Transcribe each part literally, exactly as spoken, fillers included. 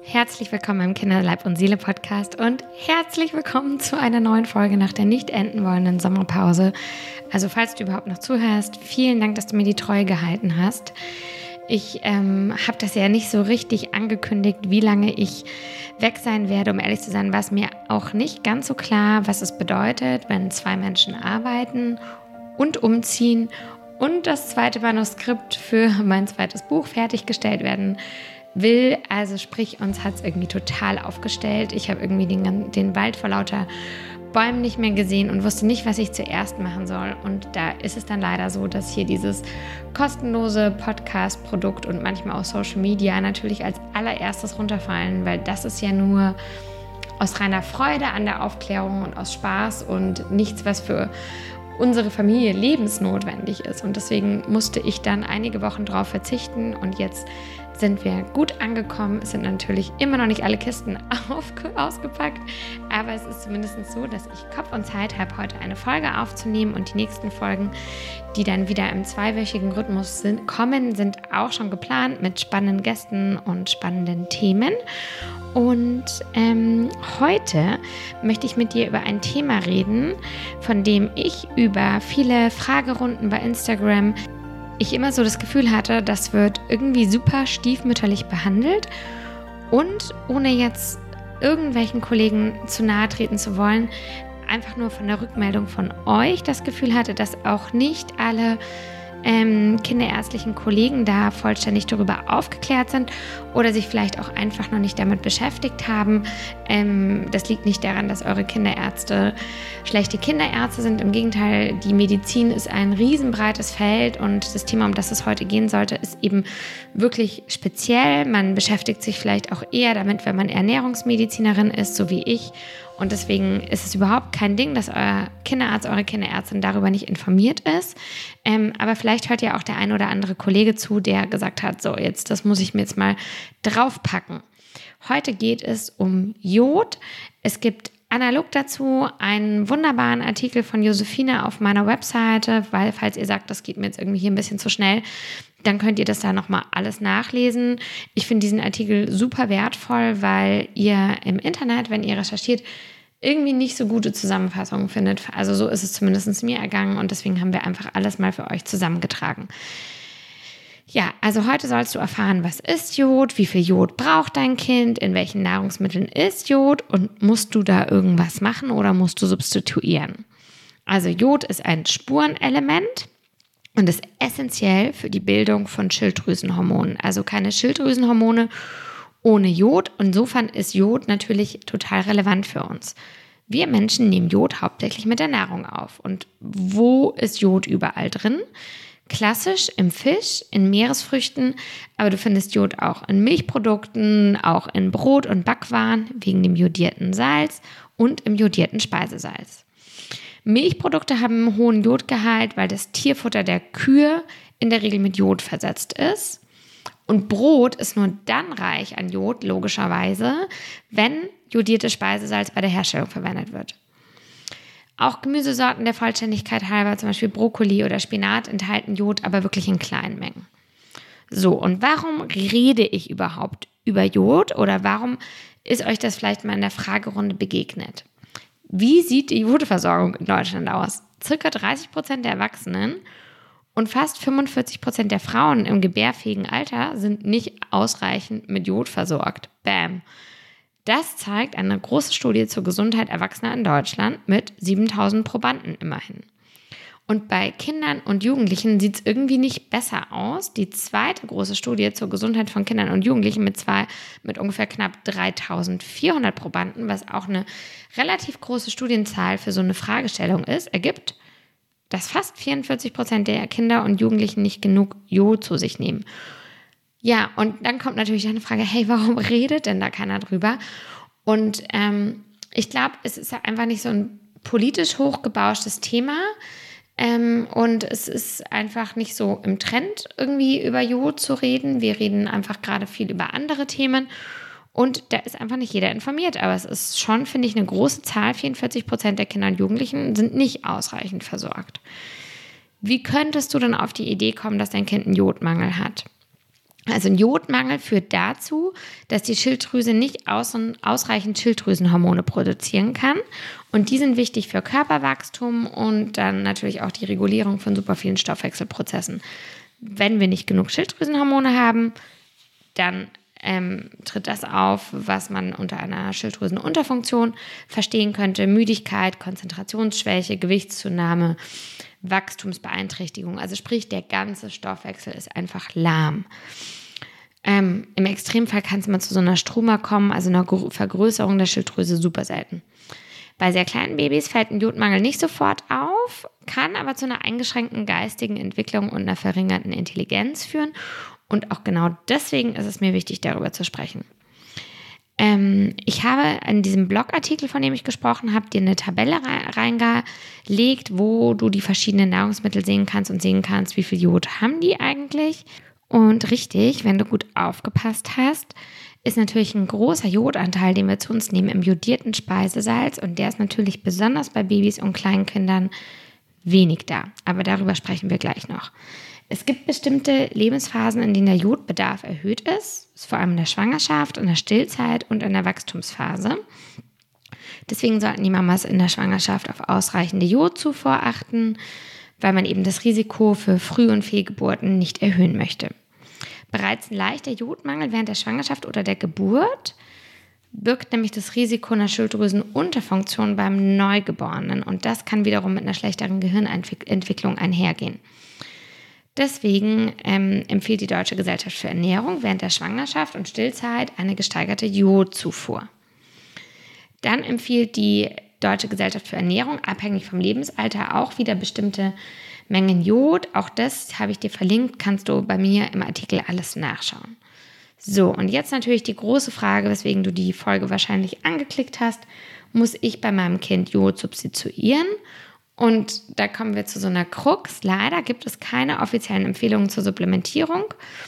Herzlich willkommen im Kinderleib und Seele Podcast und herzlich willkommen zu einer neuen Folge nach der nicht enden wollenden Sommerpause. Also falls du überhaupt noch zuhörst, vielen Dank, dass du mir die Treue gehalten hast. Ich ähm, habe das ja nicht so richtig angekündigt, wie lange ich weg sein werde. Um ehrlich zu sein, war es mir auch nicht ganz so klar, was es bedeutet, wenn zwei Menschen arbeiten und umziehen und das zweite Manuskript für mein zweites Buch fertiggestellt werden will. Also sprich, uns hat es irgendwie total aufgestellt. Ich habe irgendwie den, den Wald vor lauter Bäumen nicht mehr gesehen und wusste nicht, was ich zuerst machen soll. Und da ist es dann leider so, dass hier dieses kostenlose Podcast-Produkt und manchmal auch Social Media natürlich als allererstes runterfallen, weil das ist ja nur aus reiner Freude an der Aufklärung und aus Spaß und nichts, was für unsere Familie lebensnotwendig ist. Und deswegen musste ich dann einige Wochen drauf verzichten und jetzt sind wir gut angekommen. Es sind natürlich immer noch nicht alle Kisten auf, ausgepackt, aber es ist zumindest so, dass ich Kopf und Zeit habe, heute eine Folge aufzunehmen und die nächsten Folgen, die dann wieder im zweiwöchigen Rhythmus sind, kommen, sind auch schon geplant mit spannenden Gästen und spannenden Themen. Und ähm, heute möchte ich mit dir über ein Thema reden, von dem ich über viele Fragerunden bei Instagram ich immer so das Gefühl hatte, das wird irgendwie super stiefmütterlich behandelt und ohne jetzt irgendwelchen Kollegen zu nahe treten zu wollen, einfach nur von der Rückmeldung von euch das Gefühl hatte, dass auch nicht alle ähm, kinderärztlichen Kollegen da vollständig darüber aufgeklärt sind oder sich vielleicht auch einfach noch nicht damit beschäftigt haben. Ähm, das liegt nicht daran, dass eure Kinderärzte schlechte Kinderärzte sind. Im Gegenteil, die Medizin ist ein riesenbreites Feld und das Thema, um das es heute gehen sollte, ist eben wirklich speziell. Man beschäftigt sich vielleicht auch eher damit, wenn man Ernährungsmedizinerin ist, so wie ich. Und deswegen ist es überhaupt kein Ding, dass euer Kinderarzt, eure Kinderärztin darüber nicht informiert ist. Ähm, aber vielleicht hört ja auch der ein oder andere Kollege zu, der gesagt hat, so jetzt, das muss ich mir jetzt mal draufpacken. Heute geht es um Jod. Es gibt analog dazu einen wunderbaren Artikel von Josephine auf meiner Webseite, weil falls ihr sagt, das geht mir jetzt irgendwie hier ein bisschen zu schnell, dann könnt ihr das da nochmal alles nachlesen. Ich finde diesen Artikel super wertvoll, weil ihr im Internet, wenn ihr recherchiert, irgendwie nicht so gute Zusammenfassungen findet. Also so ist es zumindest mir ergangen und deswegen haben wir einfach alles mal für euch zusammengetragen. Ja, also heute sollst du erfahren, was ist Jod, wie viel Jod braucht dein Kind, in welchen Nahrungsmitteln ist Jod und musst du da irgendwas machen oder musst du substituieren. Also Jod ist ein Spurenelement und ist essentiell für die Bildung von Schilddrüsenhormonen. Also keine Schilddrüsenhormone ohne Jod. Insofern ist Jod natürlich total relevant für uns. Wir Menschen nehmen Jod hauptsächlich mit der Nahrung auf. Und wo ist Jod überall drin? Klassisch im Fisch, in Meeresfrüchten, aber du findest Jod auch in Milchprodukten, auch in Brot und Backwaren wegen dem jodierten Salz und im jodierten Speisesalz. Milchprodukte haben einen hohen Jodgehalt, weil das Tierfutter der Kühe in der Regel mit Jod versetzt ist. Und Brot ist nur dann reich an Jod, logischerweise, wenn jodiertes Speisesalz bei der Herstellung verwendet wird. Auch Gemüsesorten der Vollständigkeit halber, zum Beispiel Brokkoli oder Spinat, enthalten Jod, aber wirklich in kleinen Mengen. So, und warum rede ich überhaupt über Jod oder warum ist euch das vielleicht mal in der Fragerunde begegnet? Wie sieht die Jodversorgung in Deutschland aus? Circa dreißig Prozent der Erwachsenen und fast fünfundvierzig Prozent der Frauen im gebärfähigen Alter sind nicht ausreichend mit Jod versorgt. Bam. Das zeigt eine große Studie zur Gesundheit Erwachsener in Deutschland mit siebentausend Probanden immerhin. Und bei Kindern und Jugendlichen sieht es irgendwie nicht besser aus. Die zweite große Studie zur Gesundheit von Kindern und Jugendlichen mit, zwei, mit ungefähr knapp dreitausendvierhundert Probanden, was auch eine relativ große Studienzahl für so eine Fragestellung ist, ergibt, dass fast vierundvierzig Prozent der Kinder und Jugendlichen nicht genug Jod zu sich nehmen. Ja, und dann kommt natürlich eine Frage, hey, warum redet denn da keiner drüber? Und ähm, ich glaube, es ist einfach nicht so ein politisch hochgebauschtes Thema ähm, und es ist einfach nicht so im Trend, irgendwie über Jod zu reden. Wir reden einfach gerade viel über andere Themen und da ist einfach nicht jeder informiert. Aber es ist schon, finde ich, eine große Zahl, vierundvierzig Prozent der Kinder und Jugendlichen sind nicht ausreichend versorgt. Wie könntest du denn auf die Idee kommen, dass dein Kind einen Jodmangel hat? Also ein Jodmangel führt dazu, dass die Schilddrüse nicht aus- ausreichend Schilddrüsenhormone produzieren kann. Und die sind wichtig für Körperwachstum und dann natürlich auch die Regulierung von super vielen Stoffwechselprozessen. Wenn wir nicht genug Schilddrüsenhormone haben, dann ähm, tritt das auf, was man unter einer Schilddrüsenunterfunktion verstehen könnte. Müdigkeit, Konzentrationsschwäche, Gewichtszunahme, Wachstumsbeeinträchtigung. Also sprich, der ganze Stoffwechsel ist einfach lahm. Ähm, Im Extremfall kann es mal zu so einer Struma kommen, also einer Vergrößerung der Schilddrüse, super selten. Bei sehr kleinen Babys fällt ein Jodmangel nicht sofort auf, kann aber zu einer eingeschränkten geistigen Entwicklung und einer verringerten Intelligenz führen. Und auch genau deswegen ist es mir wichtig, darüber zu sprechen. Ähm, ich habe in diesem Blogartikel, von dem ich gesprochen habe, dir eine Tabelle reingelegt, wo du die verschiedenen Nahrungsmittel sehen kannst und sehen kannst, wie viel Jod haben die eigentlich. Und richtig, wenn du gut aufgepasst hast, ist natürlich ein großer Jodanteil, den wir zu uns nehmen, im jodierten Speisesalz. Und der ist natürlich besonders bei Babys und Kleinkindern wenig da. Aber darüber sprechen wir gleich noch. Es gibt bestimmte Lebensphasen, in denen der Jodbedarf erhöht ist. Das ist vor allem in der Schwangerschaft, in der Stillzeit und in der Wachstumsphase. Deswegen sollten die Mamas in der Schwangerschaft auf ausreichende Jodzufuhr achten, weil man eben das Risiko für Früh- und Fehlgeburten nicht erhöhen möchte. Bereits ein leichter Jodmangel während der Schwangerschaft oder der Geburt birgt nämlich das Risiko einer Schilddrüsenunterfunktion beim Neugeborenen und das kann wiederum mit einer schlechteren Gehirnentwicklung einhergehen. Deswegen ähm, empfiehlt die Deutsche Gesellschaft für Ernährung während der Schwangerschaft und Stillzeit eine gesteigerte Jodzufuhr. Dann empfiehlt die Deutsche Gesellschaft für Ernährung, abhängig vom Lebensalter, auch wieder bestimmte Mengen Jod. Auch das habe ich dir verlinkt, kannst du bei mir im Artikel alles nachschauen. So, und jetzt natürlich die große Frage, weswegen du die Folge wahrscheinlich angeklickt hast, muss ich bei meinem Kind Jod substituieren? Und da kommen wir zu so einer Krux. Leider gibt es keine offiziellen Empfehlungen zur Supplementierung.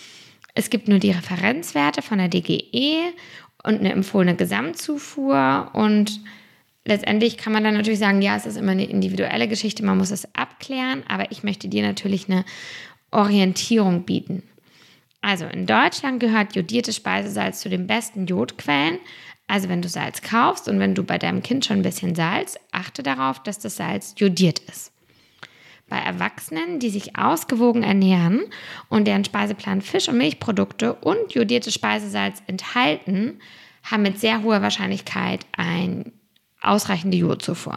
Es gibt nur die Referenzwerte von der D G E und eine empfohlene Gesamtzufuhr und letztendlich kann man dann natürlich sagen, ja, es ist immer eine individuelle Geschichte, man muss es abklären, aber ich möchte dir natürlich eine Orientierung bieten. Also in Deutschland gehört jodiertes Speisesalz zu den besten Jodquellen. Also wenn du Salz kaufst und wenn du bei deinem Kind schon ein bisschen Salz, achte darauf, dass das Salz jodiert ist. Bei Erwachsenen, die sich ausgewogen ernähren und deren Speiseplan Fisch- und Milchprodukte und jodiertes Speisesalz enthalten, haben mit sehr hoher Wahrscheinlichkeit ein ausreichende Jodzufuhr.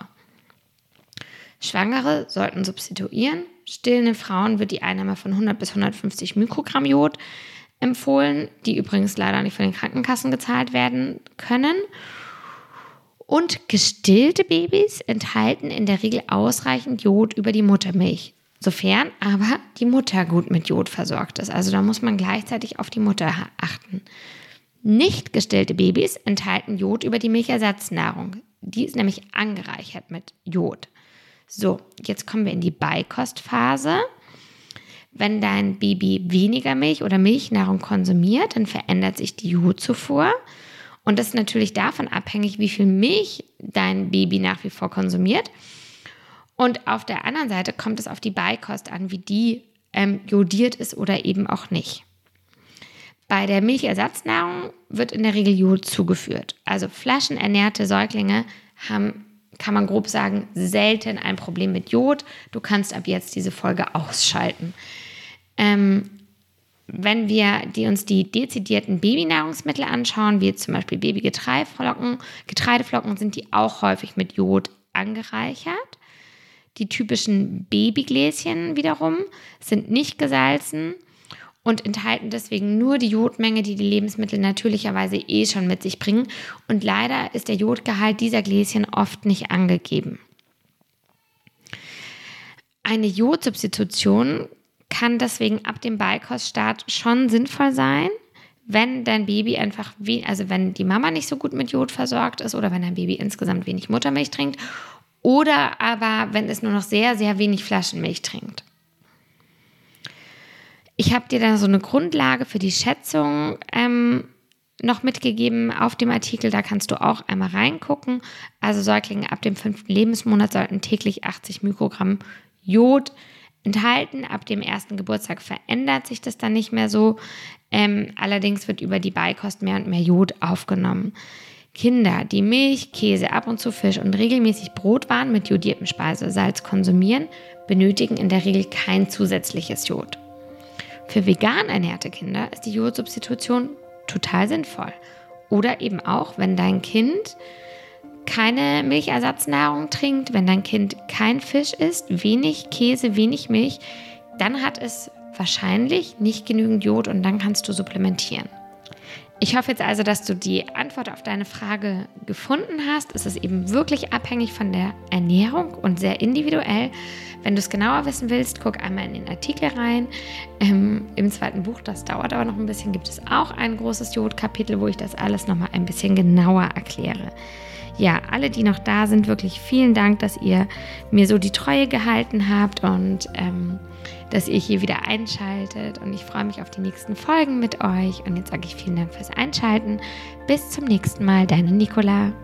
Schwangere sollten substituieren. Stillende Frauen wird die Einnahme von hundert bis hundertfünfzig Mikrogramm Jod empfohlen, die übrigens leider nicht von den Krankenkassen gezahlt werden können. Und gestillte Babys enthalten in der Regel ausreichend Jod über die Muttermilch, sofern aber die Mutter gut mit Jod versorgt ist. Also da muss man gleichzeitig auf die Mutter achten. Nicht gestillte Babys enthalten Jod über die Milchersatznahrung. Die ist nämlich angereichert mit Jod. So, jetzt kommen wir in die Beikostphase. Wenn dein Baby weniger Milch oder Milchnahrung konsumiert, dann verändert sich die Jodzufuhr. Und das ist natürlich davon abhängig, wie viel Milch dein Baby nach wie vor konsumiert. Und auf der anderen Seite kommt es auf die Beikost an, wie die ähm, jodiert ist oder eben auch nicht. Bei der Milchersatznahrung wird in der Regel Jod zugeführt. Also flaschenernährte Säuglinge haben, kann man grob sagen, selten ein Problem mit Jod. Du kannst ab jetzt diese Folge ausschalten. Ähm, wenn wir die, uns die dezidierten Babynahrungsmittel anschauen, wie zum Beispiel Babygetreideflocken, Getreideflocken, sind die auch häufig mit Jod angereichert. Die typischen Babygläschen wiederum sind nicht gesalzen und enthalten deswegen nur die Jodmenge, die die Lebensmittel natürlicherweise eh schon mit sich bringen. Und leider ist der Jodgehalt dieser Gläschen oft nicht angegeben. Eine Jodsubstitution kann deswegen ab dem Beikoststart schon sinnvoll sein, wenn dein Baby einfach, we- also wenn die Mama nicht so gut mit Jod versorgt ist oder wenn dein Baby insgesamt wenig Muttermilch trinkt oder aber wenn es nur noch sehr, sehr wenig Flaschenmilch trinkt. Ich habe dir da so eine Grundlage für die Schätzung ähm, noch mitgegeben auf dem Artikel, da kannst du auch einmal reingucken. Also Säuglinge ab dem fünften Lebensmonat sollten täglich achtzig Mikrogramm Jod enthalten. Ab dem ersten Geburtstag verändert sich das dann nicht mehr so. Ähm, allerdings wird über die Beikost mehr und mehr Jod aufgenommen. Kinder, die Milch, Käse, ab und zu Fisch und regelmäßig Brotwaren mit jodiertem Speisesalz konsumieren, benötigen in der Regel kein zusätzliches Jod. Für vegan ernährte Kinder ist die Jodsubstitution total sinnvoll. Oder eben auch, wenn dein Kind keine Milchersatznahrung trinkt, wenn dein Kind kein Fisch isst, wenig Käse, wenig Milch, dann hat es wahrscheinlich nicht genügend Jod und dann kannst du supplementieren. Ich hoffe jetzt also, dass du die Antwort auf deine Frage gefunden hast. Es ist eben wirklich abhängig von der Ernährung und sehr individuell. Wenn du es genauer wissen willst, guck einmal in den Artikel rein. Ähm, Im zweiten Buch, das dauert aber noch ein bisschen, gibt es auch ein großes Jodkapitel, wo ich das alles nochmal ein bisschen genauer erkläre. Ja, alle, die noch da sind, wirklich vielen Dank, dass ihr mir so die Treue gehalten habt und ähm, dass ihr hier wieder einschaltet. Und ich freue mich auf die nächsten Folgen mit euch. Und jetzt sage ich vielen Dank fürs Einschalten. Bis zum nächsten Mal, deine Nicola.